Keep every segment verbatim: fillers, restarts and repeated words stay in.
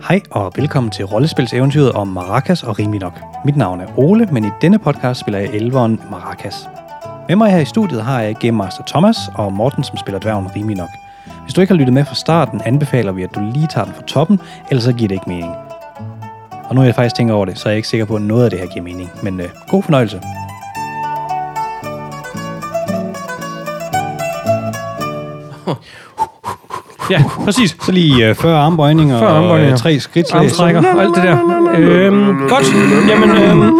Hej og velkommen til rollespilseventyret om Maracas og Rimelig Nok. Mit navn er Ole, men i denne podcast spiller jeg elveren Maracas. Med mig her i studiet har jeg Game Master Thomas og Morten, som spiller dværgen Rimelig Nok. Hvis du ikke har lyttet med fra starten, anbefaler vi, at du lige tager den fra toppen, ellers så giver det ikke mening. Og nu er jeg faktisk tænker over det, så er jeg ikke sikker på, at noget af det her giver mening. Men øh, god fornøjelse. Ja, præcis. Så lige øh, fyrre armbøjninger, fyrre armbøjninger og tre skridt. Armstrækker og alt det der. Øhm, godt. Jamen,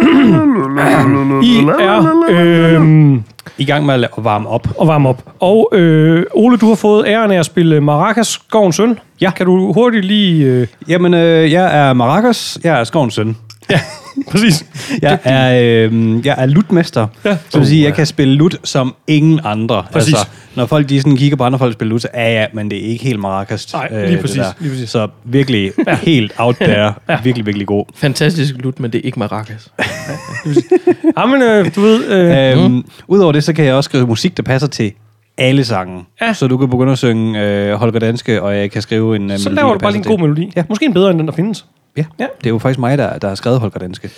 øhm, I er øhm, i gang med at varme op. Og varme op. Og øh, Ole, du har fået æren af at spille Maracas, Skovens søn. Ja. Kan du hurtigt lige... Øh... Jamen, øh, jeg er Maracas, jeg er Skovens søn. Ja, præcis. Jeg er, øh, jeg er lutmester, ja. Så vil sige, jeg kan spille lut som ingen andre. Præcis. Altså, når folk de sådan kigger på andre folk spille lut, så er ja, men det er ikke helt Maracas. Nej, lige øh, præcis, lige præcis. Så virkelig ja. helt out there. Ja. Virkelig, virkelig god. Fantastisk lut, men det er ikke Maracas. Ja, men øh, du ved... Øh, øhm, mm. Udover det, så kan jeg også skrive musik, der passer til alle sange. Ja. Så du kan begynde at synge øh, Holger Danske, og jeg kan skrive en øh, så melodi, laver du bare lige en god melodi. Ja. Måske en bedre end den, der findes. Ja, ja. Det er jo faktisk mig, der, der har skrevet Holger Danske.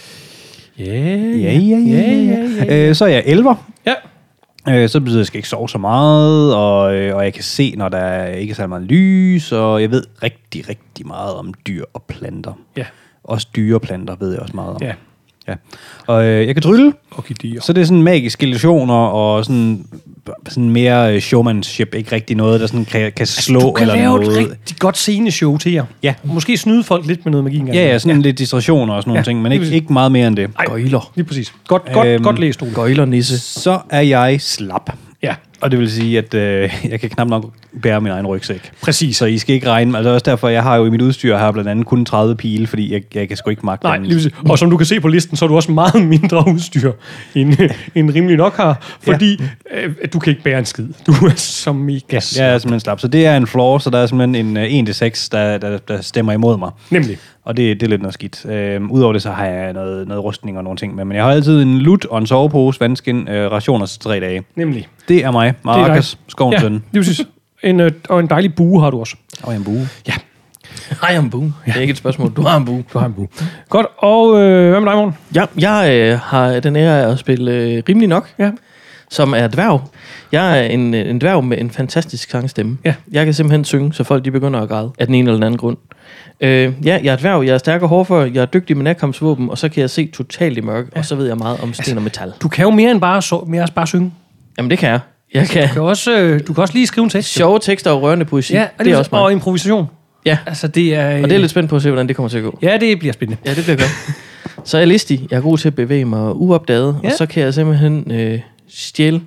Yeah, ja, ja, ja, ja, ja, ja. Øh, så er jeg elver. Ja. Øh, så betyder det, at jeg skal ikke sove så meget, og, øh, og jeg kan se, når der ikke er så meget lys, og jeg ved rigtig, rigtig meget om dyr og planter. Ja. Også dyreplanter ved jeg også meget om. Ja. Ja. Og øh, jeg kan trylle, okay, så det er sådan magiske illusioner og sådan, sådan mere showmanship, ikke rigtig noget, der sådan kan, kan slå altså, eller noget. Du kan lave et rigtig godt sceneshow til jer. Ja. Måske snyde folk lidt med noget magi engang. Ja, ja, sådan ja. lidt distraktioner og sådan nogle ja, ting, men ikke, ikke meget mere end det. Gøjler. Lige præcis. Godt, godt, øhm, godt læst, Ole. Gøjler nisse. Så er jeg slap. Ja. Og det vil sige, at øh, jeg kan knap nok bære min egen rygsæk. Præcis. Så I skal ikke regne. Altså også derfor, jeg har jo i mit udstyr her blandt andet kun tredive pile, fordi jeg, jeg kan sgu ikke magte. Nej, lige præcis. Og som du kan se på listen, så er du også meget mindre udstyr, end, end Rimelig Nok har. Fordi ja. øh, du kan ikke bære en skid. Du er så mega slap. Jeg er simpelthen slap. Så det er en flaw, så der er simpelthen en en til seks, der, der, der stemmer imod mig. Nemlig. Og det, det er lidt noget skidt. Øhm, Udover det, så har jeg noget, noget rustning og nogle ting med. Men jeg har altid en lut og en sovepose, vandskin, øh, rationer til tre dage. Nemlig. Det er mig. Maracas, Skovens ja, søn. Det er præcis. En, øh, og en dejlig bue har du også. Og en bue. Ja. Har jeg en bue? Det er ikke et spørgsmål. Du har en bue. Du har en bue. Godt. Og øh, hvad med dig, Morten? Ja, jeg øh, har den ære at spille øh, Rimelig Nok, ja. Som er dværg. Jeg er en, en dværg med en fantastisk sangstemme. Ja. Jeg kan simpelthen synge, så folk de begynder at græde af den ene eller den anden grund. Øh, ja, jeg er dværg, jeg er stærk og hårdfør, jeg er dygtig med nærkampsvåben, og så kan jeg se totalt i mørke, ja. Og så ved jeg meget om sten altså, og metal. Du kan jo mere end bare, så, mere bare synge. Jamen det kan jeg. jeg kan. Du, kan også, øh, du kan også lige skrive en tekst. Sjove tekster og rørende poesi. Ja, og det er også mig. Og improvisation. Ja, altså, det er, øh... og det er lidt spændt på at se, hvordan det kommer til at gå. Ja, det bliver spændende. Ja, det bliver godt. Så er jeg listig. Jeg er god til at bevæge mig uopdaget, ja. Og så kan jeg simpelthen øh, stjæle.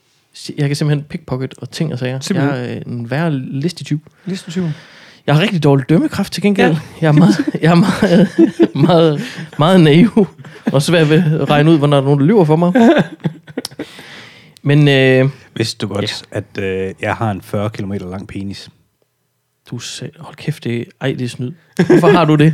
Jeg kan simpelthen pickpocket og ting og sager. Simpelthen. Jeg er en værre listig type. Listig type. Jeg har rigtig dårlig dømmekraft til gengæld. Ja. Jeg er meget, jeg er meget, meget, meget naiv og svært ved at regne ud, hvornår der er nogen, der lyver for mig. Men øh, vidste du godt, ja. at øh, jeg har en fyrre kilometer lang penis? Du sagde, hold kæft, det er, ej, det er snyd. Hvorfor har du det?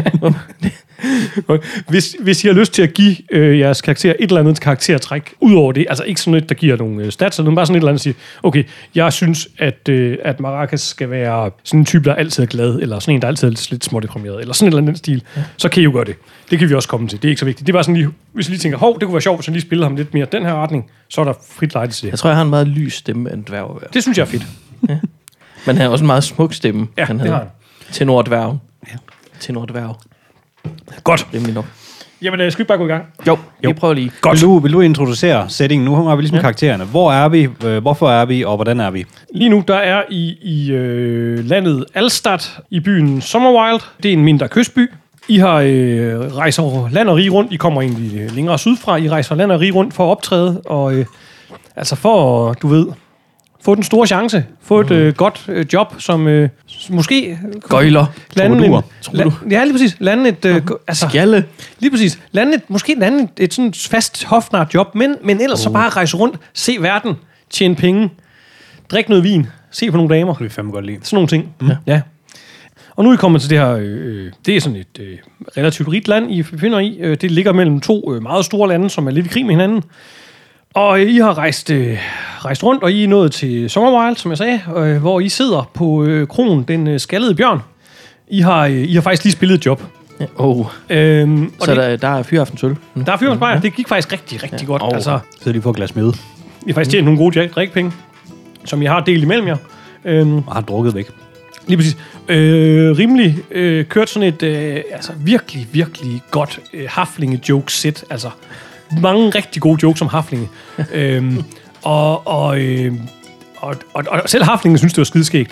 hvis, hvis I har lyst til at give øh, jeres karakter et eller andet karaktertræk, ud over det, altså ikke sådan noget, der giver nogle øh, stats, men bare sådan et eller andet, siger, okay, jeg synes, at, øh, at Maracas skal være sådan en type, der altid er glad, eller sådan en, der altid er lidt smådeprimeret, eller sådan et eller andet stil, ja. Så kan I jo gøre det. Det kan vi også komme til. Det er ikke så vigtigt. Det er bare sådan lige, hvis I lige tænker, hov, det kunne være sjovt, hvis jeg lige spiller ham lidt mere den her retning, så er der frit lejde til det. Jeg tror, jeg har en meget lys stemme af en dværg. Det synes jeg er fedt. Ja. Men han har også en meget smuk stemme. Ja, han det har han. Tenordværg. Ja. Tenordværg. Godt. Rimelig nok. Jamen, skal vi bare gå i gang? Jo, jo. Vi prøver lige. Godt. Vil du, vil du introducere settingen? Nu har vi ligesom ja. karaktererne. Hvor er vi? Hvorfor er vi? Og hvordan er vi? Lige nu, der er I i øh, landet Alstad i byen Summerwild. Det er en mindre kystby. I har øh, rejser over land og rige rundt. I kommer egentlig længere sydfra. I rejser land og rige rundt for at optræde. Og øh, altså for, du ved... Få den store chance. Få et øh, godt øh, job, som øh, måske... Gøjler. Lande en, la, ja, lige præcis. Lande et... Øh, altså, Skjalle. Lige præcis. Lande et, måske lande et, et sådan fast hofnart job, men, men ellers uh. så bare rejse rundt, se verden, tjene penge, drikke noget vin, se på nogle damer. Det er fandme godt lide. Sådan nogle ting. Mm. Ja. Og nu er I kommet til det her... Øh, det er sådan et øh, relativt rigt land, I befinder i. Øh, det ligger mellem to øh, meget store lande, som er lidt i krig med hinanden. Og I har rejst, øh, rejst rundt, og I er nået til Summerwild, som jeg sagde, øh, hvor I sidder på øh, kronen, den øh, skaldede bjørn. I har, I har faktisk lige spillet et job. Ja. Oh. Øhm, Så det, der, der er fyraftensøl? Mm. Der er fyraftensbajer. Ja. Det gik faktisk rigtig, rigtig ja. godt. Oh. Altså, så de får et glas med. I har faktisk tjent mm. nogle gode drikkepenge, som jeg har delt imellem jer. Øhm, og har drukket væk. Lige præcis. Øh, rimelig øh, kørt sådan et øh, altså virkelig, virkelig godt øh, haflinge-joke-sæt. Altså mange rigtig gode jokes om haflinge. øhm, og, og, øh, og, og, og selv haflinge synes, det var skideskægt.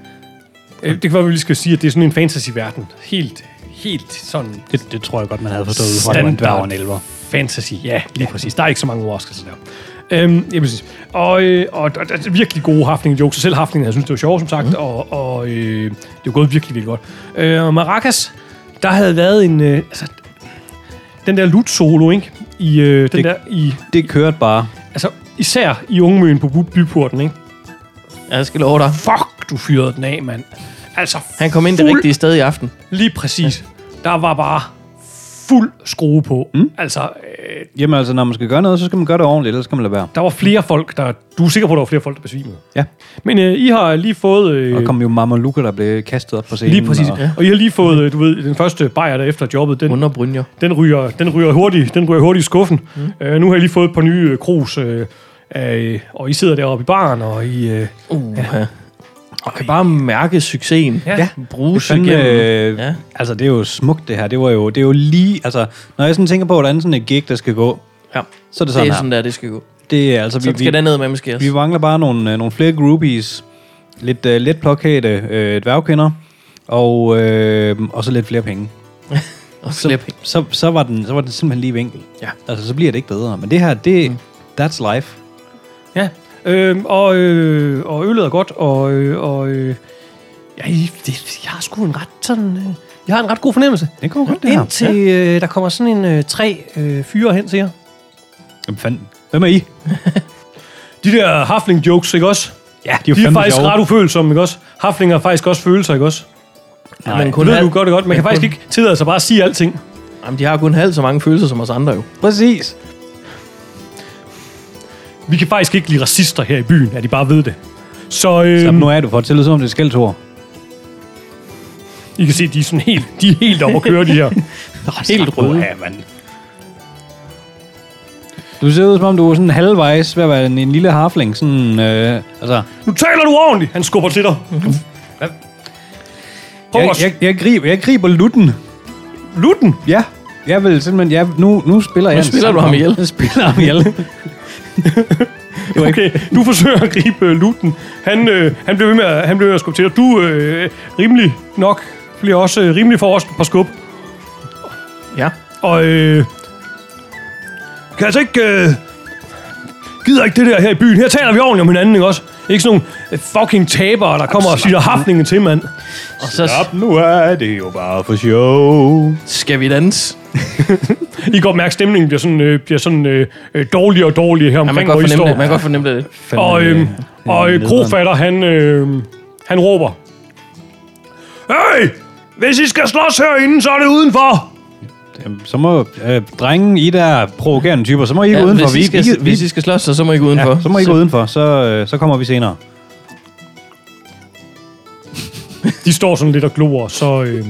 Øh, det kan være, at vi lige skal sige, at det er sådan en fantasy-verden. Helt, helt sådan... Det, det tror jeg godt, man havde forstået, fra det var en dværg og en elver. Fantasy, ja, lige præcis. Der er ikke så mange overraskelser der. Øhm, ja, præcis. Og, øh, og, og, og der er virkelig gode haflinge-jokes, så selv haflingen, jeg synes, det var sjovt, som sagt, mm. og, og øh, det var gået virkelig, virkelig godt. Øh, og Maracas, der havde været en... Øh, altså, den der lut-solo, ikke? I, øh, den det, der, i, det kørte bare. Altså, især i Ungemøen på byporten, ikke? Ja, jeg skal love dig. Fuck, du fyrede den af, mand. Altså, han kom ind fuld, det rigtige sted i aften. Lige præcis. Ja. Der var bare fuld skrue på. Mm. Altså, øh, Jamen altså, når man skal gøre noget, så skal man gøre det ordentligt, ellers skal man lade være. Der var flere folk, der... Du er sikker på, at der var flere folk, der besvimede? Ja. Men øh, I har lige fået... Øh, og der kom jo Mama Luca, der blev kastet op på scenen. Lige præcis. Og, ja. og I har lige fået, øh, du ved, den første bajer der efter jobbet. Den, Underbrynjer. Den ryger, den ryger hurtigt, den ryger hurtigt i skuffen. Mm. Øh, nu har I lige fået et par nye øh, krus, øh, øh, og I sidder deroppe i baren, og I... Øh, uh, ja. Og kan bare mærke succesen. Ja. Bruges igennem. Øh, ja. Altså, det er jo smukt, det her. Det var jo, det er jo lige... Altså, når jeg sådan tænker på, hvordan sådan et gig, der skal gå, ja. så er det sådan det er her. sådan der, det skal gå. Det er altså... Så vi, skal der ned med måske Vi mangler bare nogle, øh, nogle flere groupies, lidt øh, let plakate øh, dværgkender, og, øh, og så lidt flere penge. og så, flere penge. Så, så, var den, så var den simpelthen lige vinkel. Ja. Altså, så bliver det ikke bedre. Men det her, det... Mm. That's life. Ja. Øh, og, øh, og øllet er godt, og... Øh, og øh, ja, det, jeg har sgu en ret sådan... Øh, jeg har en ret god fornemmelse. Det går godt, det her. Indtil øh, der kommer sådan en øh, tre øh, fyre hen til jer. Jamen fanden. Hvem er I? De der hafling-jokes, ikke også? Ja, de er, de er faktisk sjove. Ret ufølsomme, ikke også? Haflinger er faktisk også følelser, ikke også? Nej, man kun ved du godt det godt. Man kan faktisk kun... ikke tillade sig bare at sige alting. Jamen, de har kun halvt så mange følelser som os andre jo. Præcis. Vi kan faktisk ikke lide racister her i byen, at de bare ved det. Så, øhm, Slap nu af, du får til at som det skældsord. I kan se, de er sådan helt, de er helt oppe at køre, de her. Helt røde. Ja, mand. Du ser ud, som om du er sådan halvvejs ved at være en, en lille harfling. Sådan, øh, altså... Nu taler du ordentligt! Han skubber til dig. Mm-hmm. Ja. Jeg, jeg, jeg, griber, jeg griber lutten. Lutten? Ja. Jeg vil simpelthen... Jeg, nu, nu spiller jeg... Nu spiller du ham ihjel. Jeg spiller ham ihjel. Okay, du forsøger at gribe øh, lutten. Han, øh, han blev ved med at, han blev ved at skubbe til dig. Du øh, rimelig nok bliver også øh, rimelig for os på skub. Ja. Og øh, kan altså ikke... Øh, gider ikke det der her i byen. Her taler vi ordentligt om hinanden, ikke også? Ikke sådan nogle fucking tabere, der kommer og siger hafningen til, mand. Og så... Stop, nu er det jo bare for show. Skal vi danse? I kan godt mærke, at stemningen bliver sådan, øh, bliver sådan øh, dårligere og dårligere her omkring, ja, hvor I står. Det. Man kan godt fornemme det. Og, øh, og øh, krofatter, han, øh, han råber. Hey! Hvis I skal slås herinde, så er det udenfor! Jamen, så må øh, drengen, I der provokerende typer, så må I gå ja, udenfor. Hvis I, skal, vi, vi, hvis I skal slås, så, så må I gå udenfor. Ja, så må I gå udenfor, så, øh, så kommer vi senere. De står sådan lidt og glor, så... Øh,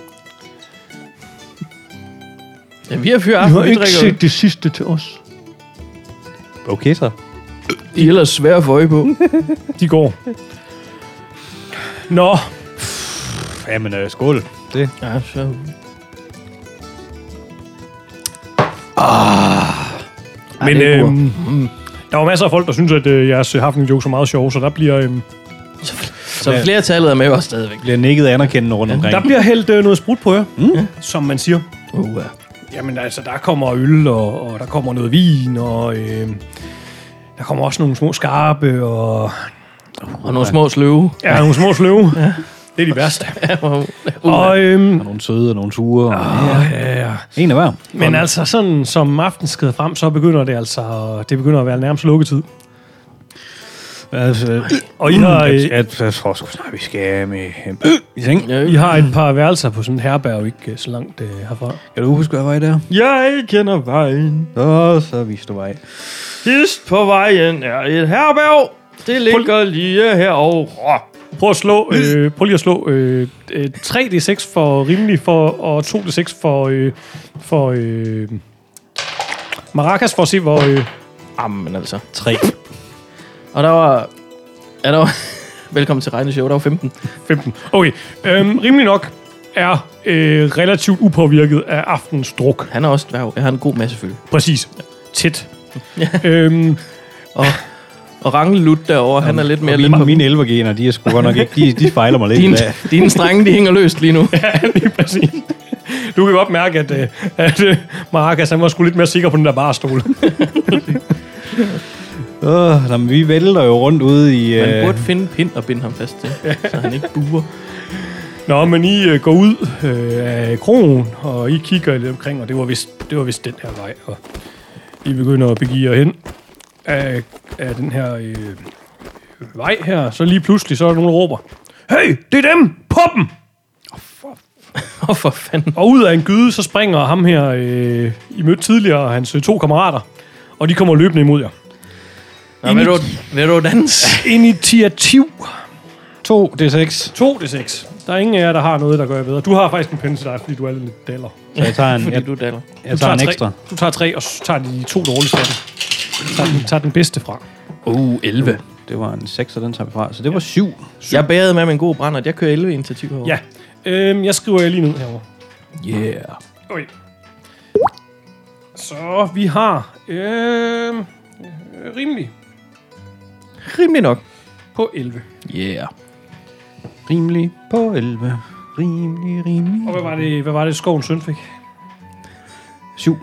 ja, vi har fyret aften. I har ikke set det sidste til os. Okay, så. De er ellers svære at få øje på. De går. Nå. Jamen, øh, skål. Det. Ja, så... Ah. Men øh, mm. der var masser af folk, der synes, at øh, jeres hafling-jokes er meget sjove, så der bliver... Øh, så så ja. Flertallet er med os stadigvæk. Bliver nikket anerkendende rundt ja. omkring. Der bliver hældt øh, noget sprut på jer, mm. ja. som man siger. Uh, ja. Jamen altså, der kommer øl, og, og der kommer noget vin, og øh, der kommer også nogle små skarpe, og... Og nogle små sløve. Ja, nogle små sløve. Ja. Det er de værste. uh, og, øhm, og nogle søde og nogle sure. Uh, ja, ja. En af hver. Men altså, sådan som aftenen skrider frem, så begynder det altså... Det begynder at være nærmest lukketid. Altså, og I har... Jeg, jeg, jeg tror sgu snart, vi skal med i seng. I har et par værelser på sådan en herberg, ikke så langt uh, herfra. Kan du huske, hvad vej der? Jeg kender vejen. Og så viste du vej. Sidst på vejen er et herberg. Det ligger lige herovre. Prøv at slå, øh, prøv lige at slå øh, tre d seks for rimelig for, og to d seks for, øh, for øh, Maracas, for at se, hvor... Øh, Jamen altså. tre. Og der var... Ja, der var... Velkommen til regneshow, der var femten. femten. Okay, øhm, rimelig nok er øh, relativt upåvirket af aftens druk. Han er også dværg. Jeg har en god masse følge. Præcis. Tæt. Ja. øhm, Og, og Rangelut derovre, han er lidt mere... Mine, mine elvergener, de er sgu godt nok ikke... De, de fejler mig lidt Dine, i dag. dine strenge, de hænger løst lige nu. ja, lige præcis. Du kan godt mærke, at, øh, at øh, Maracas, han var sgu lidt mere sikker på den der barstol. Uh, jamen, vi vælter jo rundt ude i... Man øh, burde finde pind og binde ham fast til, så han ikke buer. Nå, men I øh, går ud øh, af krogen, og I kigger lidt omkring, og det var vist, det var vist den her vej. Og I begynder at begive jer hen af, af den her øh, vej her. Så lige pludselig, så er der nogen, der råber, hey, det er dem! På dem! Åh, oh, for fanden. Og ud af en gyde, så springer ham her, øh, I mødte tidligere, hans øh, to kammerater, og de kommer løbende imod jer. Nå, vil, du, vil du danse? Initiativ. to d seks. to d seks. Der er ingen af jer, der har noget, der gør jer bedre. Du har faktisk en pinde til dig, fordi du er lidt daller. Så jeg tager en, Fordi jeg, du daller. jeg tager en tre. ekstra. Du tager tre, og så tager de to dårligste af dem. Tager den, tager den bedste fra. Uh, elleve. Det var en seks, og den tager vi fra. Så det var syv. Jeg bærede med med en god brænder. Jeg kører elleve initiativ herovre. Ja. Øhm, jeg skriver jer lige ned herovre. Yeah. Okay. Så vi har... Øhm, rimelig Rimelig nok. på elleve. Yeah. Rimelig på elleve. Rimelig, rimelig. Og hvad var det, hvad var det Skovens søn fik? syv.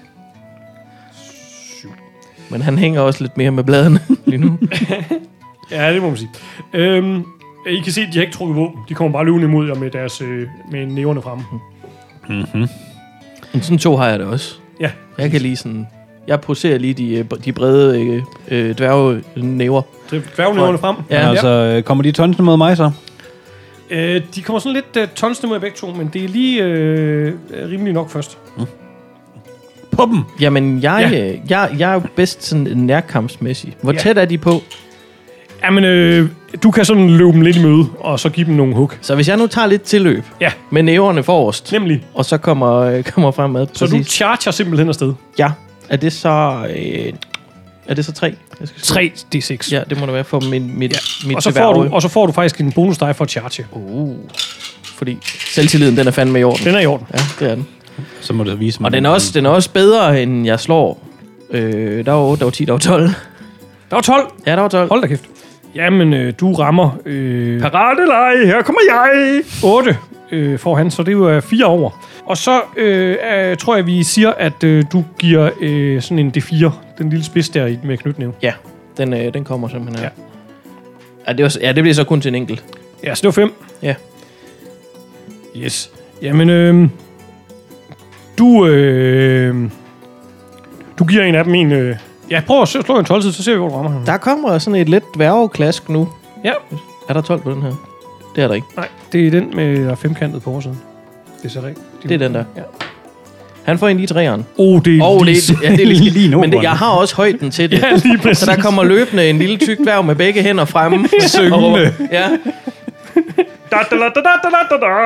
Men han hænger også lidt mere med bladene lige nu. Ja, det må man sige. Øhm, I kan se, at de har ikke trukket våben. De kommer bare løbende imod jer med, deres, øh, med næverne fremme. Mm-hmm. Men sådan to har jeg det også. Ja. Jeg kan lige sådan... Jeg poserer lige de, de brede øh, øh, dværgenæver. Dværgnæverne frem. Ja. Ja. Altså, kommer de tonsende mod mig så? Øh, de kommer sådan lidt uh, tonsende mod begge to, men det er lige øh, rimelig nok først. Mm. På dem! Jamen, jeg, Ja. ja. jeg, jeg er jo bedst sådan nærkampsmæssig. Hvor Ja. tæt er de på? Jamen, øh, du kan sådan løbe dem lidt i møde, og så give dem nogle hug. Så hvis jeg nu tager lidt tilløb Ja. med næverne forrest, Nemlig. og så kommer, øh, kommer fremad. Så du charger simpelthen afsted. Ja. Er det så... Øh, er det så tre? Jeg skal tre d seks. Ja, det må det være for min, mit, Ja. mit Og så, får dværge. du, og så får du faktisk en bonus dig for at charge. Uh. Fordi selvtilliden, den er fandme i orden. Den er i orden. Ja, det er den. Så må du vise mig. Og den er også, den er også bedre, end jeg slår. Øh, der var otte, der var ti, der var tolv. Der var tolv. Ja, der var tolv. Hold da kæft. Jamen, øh, du rammer... Øh, Paradelej, her kommer jeg! otte øh, får han, så det er jo fire over. Og så øh, øh, tror jeg, vi siger, at øh, du giver øh, sådan en D fire, den lille spids der i- med knytnæve. Ja, den, øh, den kommer simpelthen her. Ja. Ja. Ja, det, var, ja, det bliver så kun til en enkelt. Ja, så det var fem. Ja. Yes. Jamen, øh, du, øh, du giver en af dem en... Øh, ja, prøv at slå en tolv-side, så ser vi, hvor du rammer ham. Der kommer sådan et let dværgeklask nu. Ja. Er der tolv på den her? Det er der ikke. Nej, det er den med der er femkantet på oversiden. Det er så rigtigt. Det er den der. Ja. Han får en lige træeren. Oh, det er Og lige... det, ja, det er lige, lige nu. Men det, jeg har også højden til det. Ja, lige præcis. Så der kommer løbende en lille tyk dværg med begge hænder fremme. Syngende. Ja. Da, da, da, da, da, da, da.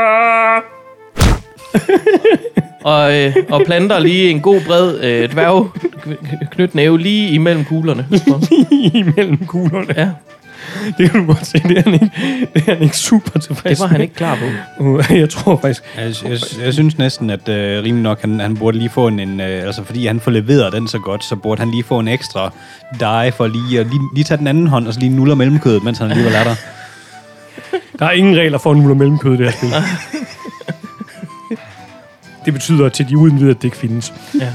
Og, øh, og planter lige en god bred øh, dværg knytnæve lige imellem kuglerne. Imellem kuglerne. Ja, Det kan du godt se. Det er han ikke, det er han ikke super tilfreds det var han ikke klar på. med. Jeg tror faktisk... Jeg, jeg, jeg synes næsten, at øh, rimelig nok, han, han burde lige få en, en øh, altså fordi han får leveret den så godt, så burde han lige få en ekstra die for lige at lige, lige tage den anden hånd, og så lige nuller mellemkødet, mens han alligevel er der. Der er ingen regler for en nuller mellemkød i det her spil. Det betyder til de uden ved, at det ikke findes. Ja.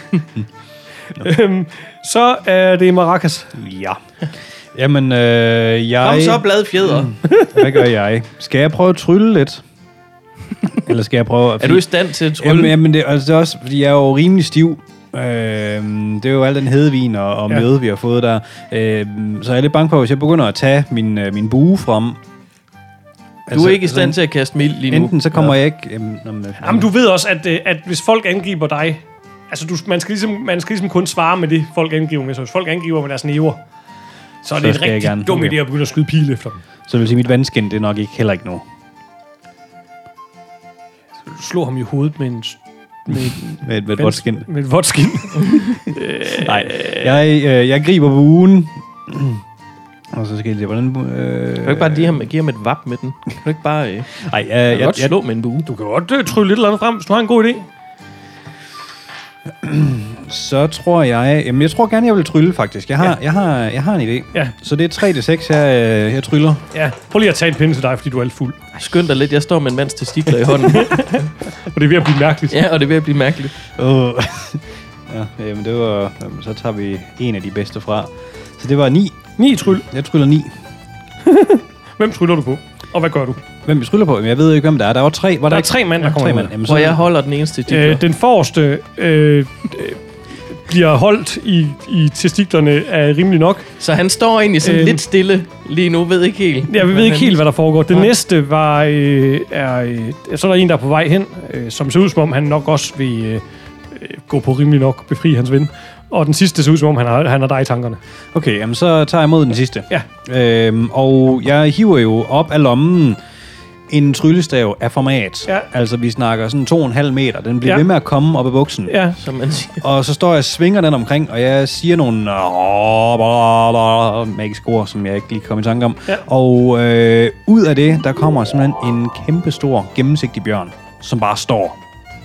øhm, så er det Maracas. Ja. Jamen, øh, jeg... Kom så, bladfjeder. Hvad gør jeg? Skal jeg prøve at trylle lidt? Eller skal jeg prøve... At... Er du i stand til at trylle? Jamen, jamen det, altså, det er også, fordi jeg er jo rimelig stiv. Øh, det er jo al den hedvin og, og Ja. møde, vi har fået der. Øh, så jeg er lidt bange for, hvis jeg begynder at tage min, øh, min bue frem. Du er ikke i stand til at kaste mild lige nu. Enten så kommer ja. jeg ikke... Jamen, jamen, Jamen, du ved også, at, øh, at hvis folk angriber dig... Altså, du, man, skal ligesom, man skal ligesom kun svare med det, folk angriber med. Så hvis folk angriber med deres næver, Så er det en rigtig dum idé at begynde at skyde pile efter dem. Så det vil sige, at mit vandskin, det er nok ikke heller ikke nu. Slå ham i hovedet med en... Med, med et, med et vådt skin. Med et vådt skin. Nej, jeg, øh, jeg griber buen. Og så skal jeg lige, hvordan... Øh, kan du ikke bare give ham, give ham et vap med den? Kan du ikke bare... Øh, Nej, jeg... Jeg kan godt slå med en bue. Du kan godt øh, trylle lidt eller andet frem, hvis du har en god idé. Så tror jeg... Jamen, jeg tror gerne, jeg vil trylle, faktisk. Jeg har, ja. jeg har, jeg har en idé. Ja. Så det er tre til seks, jeg, jeg tryller. Ja, prøv lige at tage en pinde til dig, fordi du er alt fuld. Skynd dig lidt, jeg står med en mands testikler i hånden. Og det er ved at blive mærkeligt. Ja, og det er ved at blive mærkeligt. Uh. Ja, jamen det var... Jamen, så tager vi en af de bedste fra. Så det var ni. Ni tryl. Jeg tryller ni. Hvem tryller du på? Og hvad gør du? Hvem vi tryller på? Jeg ved ikke, hvem der er. Der var tre. Var der, der er tre mand, der ja, kommer tre mand. Jamen, Hvor jeg holder den eneste testikler. Øh, den forreste øh, bliver holdt i, i testiklerne er rimelig nok. Så han står egentlig sådan øh, lidt stille lige nu, ved ikke helt. Ja, vi ved ikke helt, hvad der foregår. Det ja. næste var... Øh, er, øh, så er der en, der er på vej hen, øh, som ser ud som om, han nok også vil øh, gå på rimelig nok, befri hans ven. Og den sidste ser ud som om, han har, han har dig i tankerne. Okay, jamen så tager jeg imod den sidste. Ja. Øhm, og jeg hiver jo op af lommen en tryllestav af format. Ja. Altså, vi snakker sådan to og en halv meter. Den bliver ja. ved med at komme op af buksen. Ja, som man siger. Og så står jeg og svinger den omkring, og jeg siger nogle magiske ord, som jeg ikke lige kom i tanke om. Ja. Og øh, ud af det, der kommer simpelthen en kæmpestor, gennemsigtig bjørn, som bare står.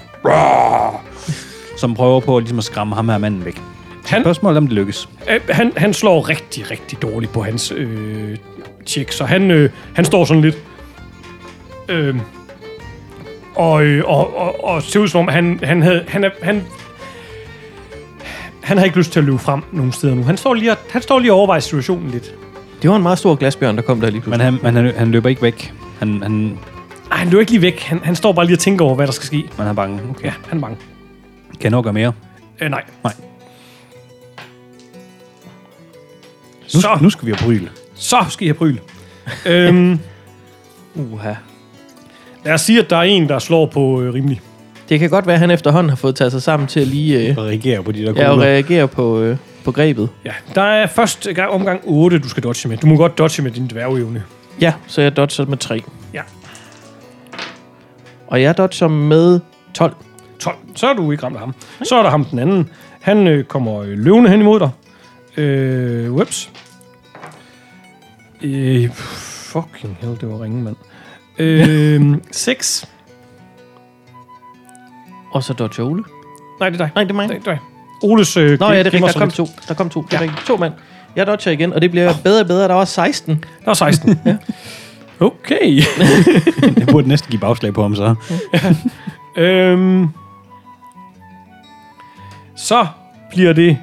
Som prøver på ligesom at skræmme ham her manden væk. Han, Spørgsmålet om det lykkes. Øh, han, han slår rigtig, rigtig dårligt på hans øh, tjek, så han, øh, han står sådan lidt... Øh, og, øh, og, og, og ser ud som om, han, han havde... Han, er, han, han har ikke lyst til at løbe frem nogen steder nu. Han står lige, han står lige og overvejer situationen lidt. Det var en meget stor glasbjørn, der kom der lige pludselig. Men han, men han, han løber ikke væk. Han, han... Ej, han løber ikke lige væk. Han, han står bare lige og tænker over, hvad der skal ske. Man er bange. Okay. Ja, han er bange. Kan jeg nok gøre mere? Øh, nej. Nej. Nu, så, nu skal vi have bryl. Så skal I have bryl. øhm, Uha. Lad os sige, at der er en, der slår på øh, rimelig. Det kan godt være, at han efterhånden har fået taget sig sammen til at lige... Øh, reagere på de der kugler. Ja, og reagere på, øh, på grebet. Ja, der er først omgang otte, du skal dodge med. Du må godt dodge med din dværgevne. Ja, så jeg dodger med tre. Ja. Og jeg dodger med tolv. tolv. Så er du ikke ramt af ham. Så er der ham den anden. Han øh, kommer øh, løvende hen imod dig. Øh, whoops. Øh, fucking hell, det var ringen, mand. Øh, seks. Og så dodger Ole. Nej, det er dig. Nej, det er mig. Det er dig. Oles... Øh, Nå ja, det er rigtigt. Der kom to. Der kom to. Det er rigtigt. To mand. Jeg dodger igen, og det bliver bedre og bedre. Der var seksten. Der var seksten. Ja. Okay. Jeg burde næsten give bagslag på ham, så. Ja. øhm, så bliver det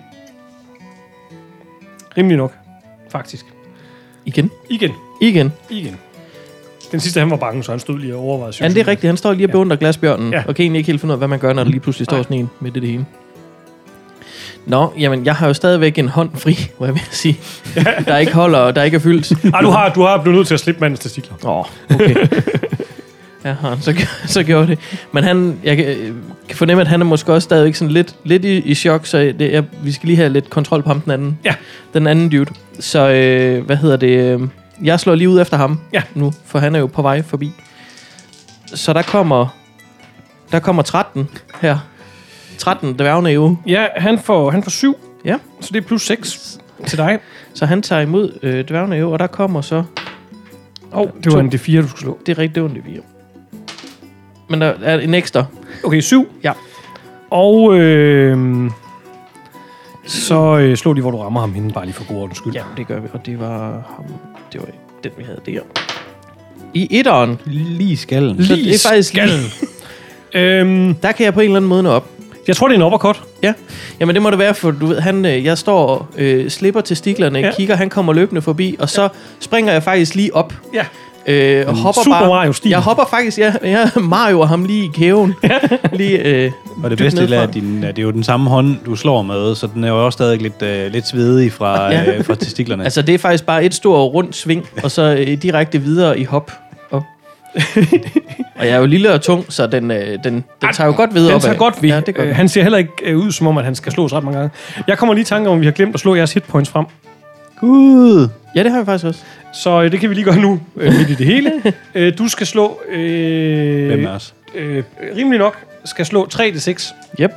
rimelig nok, faktisk. Igen? Igen. Igen? Igen. Den sidste, han var bange, så han stod lige og overvejede. Ja, det er rigtigt. Han står lige og beundrer ja. glasbjørnen, ja. og kan egentlig ikke helt finde ud af, hvad man gør, når der lige pludselig står sådan en med det, det hele. Nå, jamen, jeg har jo stadigvæk en hånd fri, hvor jeg vil sige, ja. der ikke holder, og der ikke er fyldt. Ej, du har, du har blevet nødt til at slippe mandens testikler. Åh, oh, okay. Ja, så, så gjorde det. Men han, jeg kan, kan fornemme, at han er måske også stadigvæk sådan lidt, lidt i, i chok, så det, jeg, vi skal lige have lidt kontrol på ham, den anden, ja. den anden dude. Så, øh, hvad hedder det? Jeg slår lige ud efter ham ja. nu, for han er jo på vej forbi. Så der kommer, der kommer tretten her. tretten dværgene i uge. Ja, han får, han får syv. Ja. Så det er plus seks til dig. Så han tager imod øh, dværgene i uge, og der kommer så... Åh, oh, det var en D fire, du skulle slå. Det er rigtigt, det var en D fire. Men der er en ekstra. Okay, syv. Ja. Og øh, så øh, slå lige, hvor du rammer ham inden, bare lige for god ordens skyld. Ja, det gør vi. Og det var ham. Det var den, vi havde der. I etteren. Lige i skallen. Lige det er faktisk skallen. øhm, der kan jeg på en eller anden måde nå op. Jeg tror, det er en uppercut. Ja. Jamen, det må det være, for du ved, han, jeg står og øh, slipper testiklerne, ja. kigger, han kommer løbende forbi, og så ja. springer jeg faktisk lige op. Ja. Øh, og hopper Super bare. Mario-stil. Jeg hopper faktisk, ja, jeg Mario ham lige i kæven. lige, øh, og det bedste er, at din, det er jo den samme hånd, du slår med, så den er jo også stadig lidt, øh, lidt svedig fra, ja. øh, fra testiklerne. Altså, det er faktisk bare et stort rundt sving, og så øh, direkte videre i hop. Op. Og jeg er jo lille og tung, så den, øh, den, den tager jo godt videre den op. Den tager godt ved. Ja, det øh, han ser heller ikke øh, ud, som om at han skal slås ret mange gange. Jeg kommer lige i tanke om, at vi har glemt at slå jeres hitpoints frem. Gud! Ja, det har vi faktisk også. Så øh, det kan vi lige gøre nu, øh, midt i det hele. øh, du skal slå... Øh, Hvem er os? øh, rimelig nok skal slå tre d seks. Yep.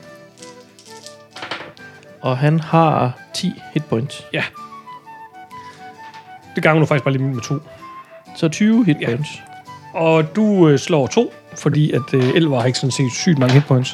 Og han har ti hitpoints. Ja. Det ganger du faktisk bare lige med to. Så tyve hitpoints. Ja. Og du øh, slår to, fordi at øh, Elvar har ikke sådan set sygt mange hitpoints.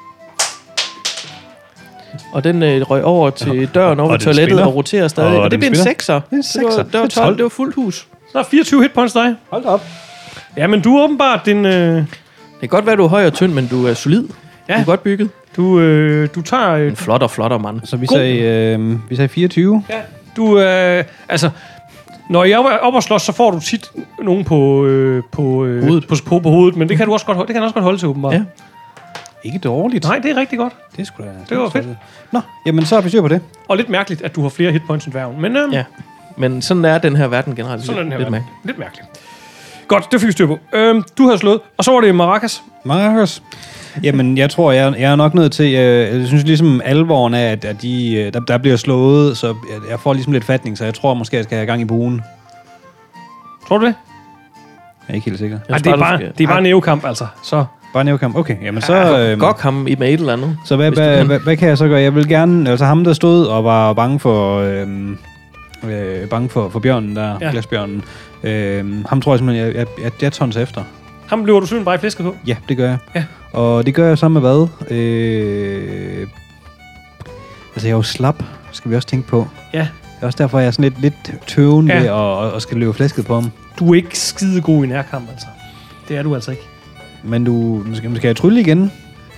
Og den øh, røg over til døren over og ved den toilettet spiller. og roterer stadig. Og Og, og det den bliver en spiller. sekser. Det er en Det var, sekser. det var Det er tolv. tolv. Det var fuldt hus. Så er fireogtyve hitpoints dig. Hold da op. Ja, men du er åbenbart din... Øh, Det kan godt være, du er høj og tynd, men du er solid. Ja. Du er godt bygget. du, øh, du tager... Øh, En flot og flotter mand. Så vi God. sagde, øh, vi sagde fireogtyve. ja, du... Øh, altså... Når jeg er oppe og slås, så får du tit nogen på, øh, på, øh, Hovedet. på, på, på hovedet, men det kan du også godt, det kan han også godt holde til, åbenbart. Ja. Ikke dårligt. Nej, det er rigtig godt. Det skulle da... Det var fedt. Nå, jamen så er vi styr på det. Og lidt mærkeligt, at du har flere hitpoints end dværgen. Men øhm, Ja. Men sådan er den her verden generelt. sådan er den her lidt verden. mærkeligt. Lidt mærkeligt. Godt, det fik vi styr på. Øhm, du har slået, og så var det Maracas. Marcus. Jamen, jeg tror, jeg, jeg er nok nødt til... Jeg, jeg synes ligesom alvoren af, at, at de, der, der bliver slået, så jeg, jeg får ligesom lidt fatning, så jeg tror måske, jeg skal have gang i buen. Tror du det? Jeg er ikke helt sikker. Nej, det er bare, det er bare en nævekamp, altså. Så Bare nævkamp. Okay, jamen så... Ja, øhm, Gok ham i med et eller andet. så hvad, hvis du hvad, kan. hvad, hvad kan jeg så gøre? Jeg vil gerne... Altså ham, der stod og var bange for... Øhm, øh, bange for, for bjørnen der, Ja. ja. glasbjørnen. Øhm, ham tror jeg simpelthen, jeg, jeg, jeg, jeg tons efter. ham bliver du simpelthen bare i flæsket på. Ja, det gør jeg. Ja. Og det gør jeg sammen med hvad? Øh, altså, jeg er jo slap, skal vi også tænke på. Ja. Det er også derfor, jeg er sådan lidt, lidt tøven Ja. ved at, at skal løbe flæsket på ham. Du er ikke skide god i nærkamp, altså. Det er du altså ikke. Men du... Skal, skal jeg trylle igen?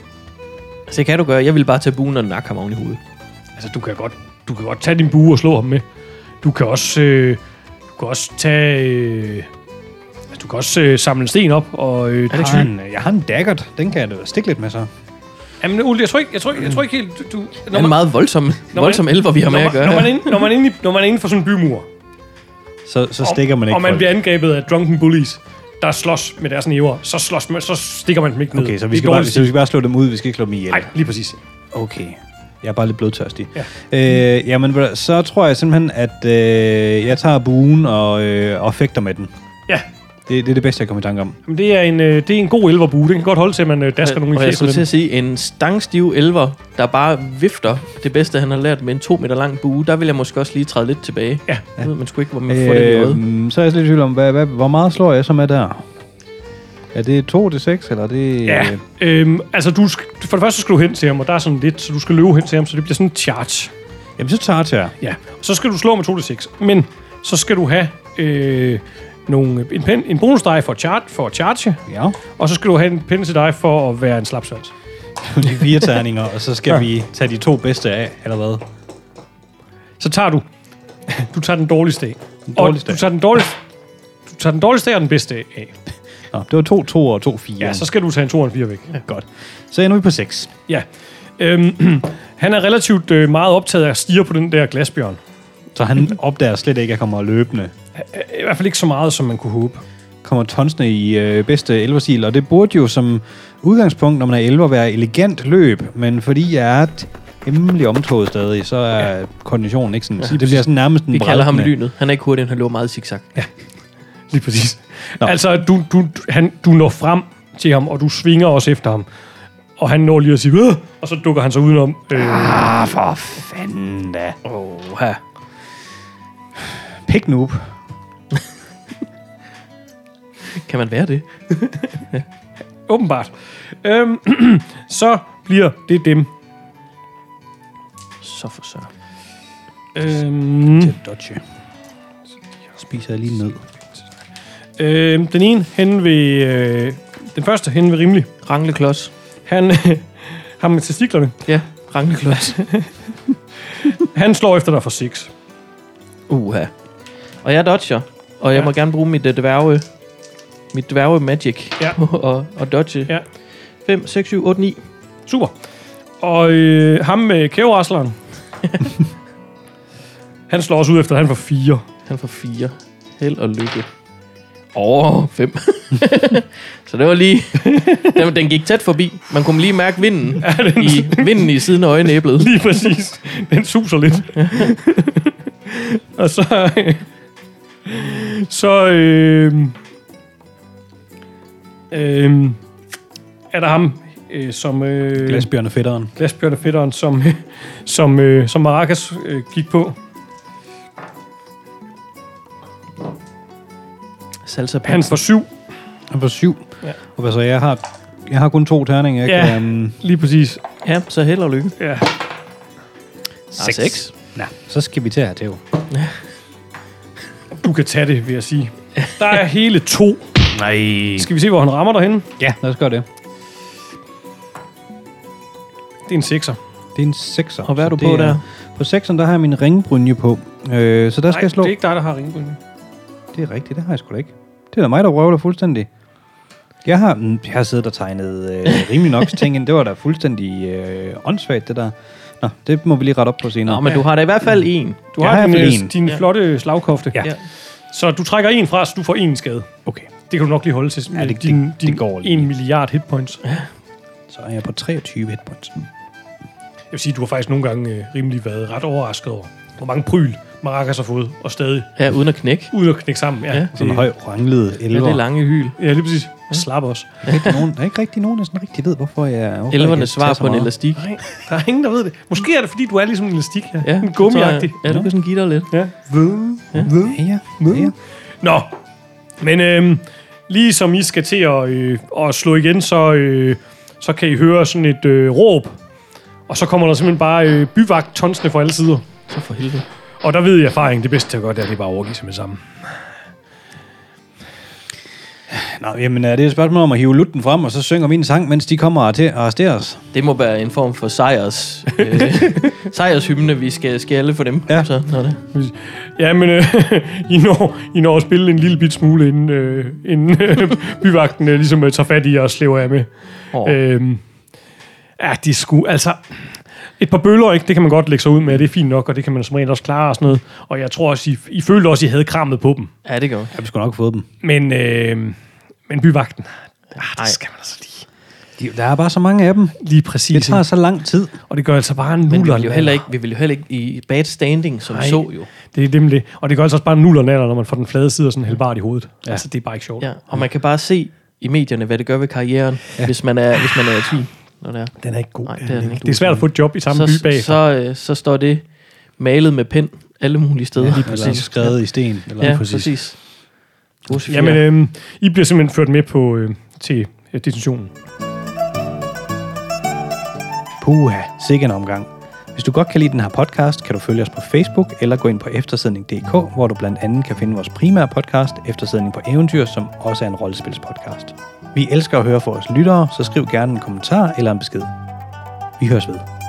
Så det kan du gøre. Jeg vil bare tage buen og nakke ham oven i hovedet. Altså, du kan godt, du kan godt tage din bue og slå ham med. Du kan også, øh, du kan også tage... Øh, altså, du kan også øh, samle en sten op og... Øh, Jeg har, en, jeg har en daggert. Den kan jeg da stikke lidt med så. Jamen, Ole, jeg tror ikke, jeg tror, ikke- jeg tror ikke helt... Du, du, Det er en meget voldsom, man- voldsom elver, vi har med når, at man, gøre. når, man er her. inde, når, man er inde i, når man er inde for sådan en bymur, Så, så stikker man ikke og man folk. bliver angrebet af drunken bullies, der slås med deres næver, så, slås man, så stikker man dem ikke ned. Okay, så vi Det er skal, bare, dårligt så vi skal bare slå dem ud. Vi skal ikke slå dem ihjel. Nej, lige præcis. Okay. Jeg er bare lidt blodtørstig. Ja. Øh, jamen, ved du, så tror jeg simpelthen, at øh, jeg tager buen og, øh, og fægter med den. Ja, Det, det er det bedste, jeg kommer i tanke om. men det er en, øh, det er en god elverbue. Det kan godt holde til, at man øh, dasker nogle i Og jeg fjeset skulle med til den. at sige, en stangstiv elver, der bare vifter det bedste, han har lært med en to meter lang bue, der vil jeg måske også lige træde lidt tilbage. Ja. Jeg ved man skulle ikke, hvor man får det i øjet. Øh, så er jeg lidt i tvivl om, hvad, hvad, hvor meget slår jeg så med der? Er det to til seks, eller er det... Ja, øhm, altså du skal, for det første skal du hen til ham, og der er sådan lidt, så du skal løbe hen til ham, så det bliver sådan en charge. Jamen, så tager jeg. Ja, så skal du slå med to til seks, men så skal du have øh, nogle, en, pen, en bonus dig for, char, for at charge, Ja. og så skal du have en pind til dig for at være en slapsvans. De fire terninger, og så skal ja. vi tage de to bedste af, eller hvad? Så tager du, du tager den dårligste af. Den dårligste Og du tager den dårligste, du tager den dårligste af og den bedste af. Nå, det var to, to og to, fire. Ja, så skal du tage en to og en fire væk. Ja, godt. Så ender vi på seks. Ja. Øhm, han er relativt øh, meget optaget af at stirre på den der glasbjørn. Så han opdager slet ikke, at jeg kommer løbende. I hvert fald ikke så meget, som man kunne håbe. Kommer tonsene i øh, bedste elversil, og det burde jo som udgangspunkt, når man er elver, være elegant løb, men fordi jeg er et hemmelig omtoget stadig, så er ja. koordinationen ikke sådan. Ja. Det bliver sådan nærmest en Vi kalder ham bræddende. lynet. Han er ikke hurtig, han løber meget zigzag. Ja. Lige præcis. Nå. Altså, du, du, han, du når frem til ham, og du svinger også efter ham. Og han når lige at sige, øh, og så dukker han sig udenom. Øh, Ah, for fanden da. Oh, her. Pik noob. Kan man være det? åbenbart. Øhm, så bliver det dem. Så for så. Øhm, Til at dodge. Spiser jeg lige ned. øhm, den ene hen ved... Øh, den første hen ved rimelig. Rangleklods. Han, ham med testiklerne. Ja, rangleklods. Han slår efter dig for seks. Uha. Og jeg dodger. Og jeg Ja. må gerne bruge mit uh, dværge... Mit dværge magic. Ja. og, og dodge. Ja. fem, seks, syv, otte, ni. Super. Og øh, ham med kæverrasleren. Han slår også ud efter, han får fire. Han får fire. Held og lykke. Åh, oh, fem. Så det var lige... Den, den gik tæt forbi. Man kunne lige mærke vinden, ja, den... i, vinden i siden af øjenæblet. Lige præcis. Den suser lidt. Og så... så... Øh, øh, er der ham, øh, som... Øh, Glasbjørnefætteren. Glasbjørnefætteren, som, som, øh, som Maracas øh, gik på. Salsa Han får syv. Han får syv. Ja. Og hvad så, jeg har, jeg har kun to terninger. Jeg Ja, kan, um, lige præcis. Ja, så held og lykke. Ja. Seks. seks. Nå, så skal vi til her til. Du kan tage det, vil jeg sige. Der er hele to. Nej. Skal vi se, hvor han rammer derhenne? Ja, lad os gøre det. Det er en sekser. Det er en sekser. Og hvad er du så på det der? På sekseren, der har jeg min ringbrynje på. Øh, så der skal Nej, jeg slå. det er ikke dig, der har ringebrynje. Det er rigtigt, det har jeg sgu da ikke. Det er da mig, der røvler fuldstændig. Jeg har, mm, jeg har siddet og tegnet øh, rimelig nok ting ind. Det var da fuldstændig øh, åndssvagt, det der. Nå, det må vi lige rette op på senere. Nå, men du har da i hvert fald en. Du Jeg har har din, i hvert øh, fald en. din Ja. flotte slagkofte. Ja. Ja. Så du trækker en fra, så du får en skade. Okay, Det kan du nok lige holde til. Ja, det- din, det- din det går lige. en milliard hitpoints. Jeg så er jeg på treogtyve hitpoints. vil sige, du har faktisk nogle gange øh, rimelig været ret overrasket over, hvor mange pryl Maracas har fået, og stadig Ja, uden at knække. uden at knække sammen. Ja, Ja. det, Sådan en høj ranglet Ja, elver. det lange hyl. ja lige præcis. Slap også. Der er, ikke nogen, der er ikke rigtig nogen, der sådan rigtig ved, hvorfor jeg... Hvorfor jeg Elvernes kan svar tage så på en meget. elastik. Nej, der er ingen, der ved det. Måske er det, fordi du er ligesom en elastik her. Ja, En gummiagtig. så tror jeg- Ja, du kan sådan give dig lidt. Ja. Ved. Ved. Ja, ja. ja. Nå, men øhm, lige som I skal til at, øh, at slå igen, så, øh, så kan I høre sådan et øh, råb. Og så kommer der simpelthen bare øh, byvagt tonsene fra alle sider. Så for helvede. Og der ved jeg erfaring, det bedste til at gøre, det er, det er bare at overgive sig med sammen. Nå, jamen, er det et spørgsmål om at hive lutten frem, og så synger min sang, mens de kommer til at arrestere os? Det må være en form for sejrs, øh, sejrshymne, vi skal skælde for dem. Ja. Så, når det. Ja, men øh, I, når, I når at spille en lille bit smule, inden, øh, inden øh, byvagten øh, ligesom øh, tager fat i jer og slæver jer med. Oh. Øhm, ja, det er sgu... Altså, et par bøller, ikke? Det kan man godt lægge sig ud med, det er fint nok, og det kan man som regel også klare og sådan noget. Og jeg tror også, I, I følte også, I havde krammet på dem. Ja, det gør. Jeg har sgu nok fået dem. Men, øh, men byvagten, ah, Ej. det skal man altså lige... De, der er bare så mange af dem. Lige præcis. Det tager så lang tid. Og det gør altså bare en Men vi nuller. vil jo heller ikke, vi vil jo heller ikke i bad standing, som Nej. så jo. Det er dem det. Og det gør altså også bare en nuller natter, når man får den flade side og sådan helbart i hovedet. Ja. Altså, det er bare ikke sjovt. Ja, og man kan bare se i medierne, hvad det gør ved karrieren, ja. hvis man er hvis man er i tvivl. Når det er. Den er ikke god. Nej, det er den ikke. Det er svært at få et job i samme by Så, bag. så, øh, så står det malet med pen alle mulige steder. Ja, lige præcis. Skrevet i sten. Eller Ja, præcis. præcis. præcis. Jamen, øh, I bliver simpelthen ført med på øh, til øh, detentionen. Puha, sikke en omgang. Hvis du godt kan lide den her podcast, kan du følge os på Facebook eller gå ind på eftersidning punktum d k, hvor du blandt andet kan finde vores primære podcast, Eftersidning på Eventyr, som også er en rollespilspodcast. Vi elsker at høre fra vores lyttere, så skriv gerne en kommentar eller en besked. Vi høres ved.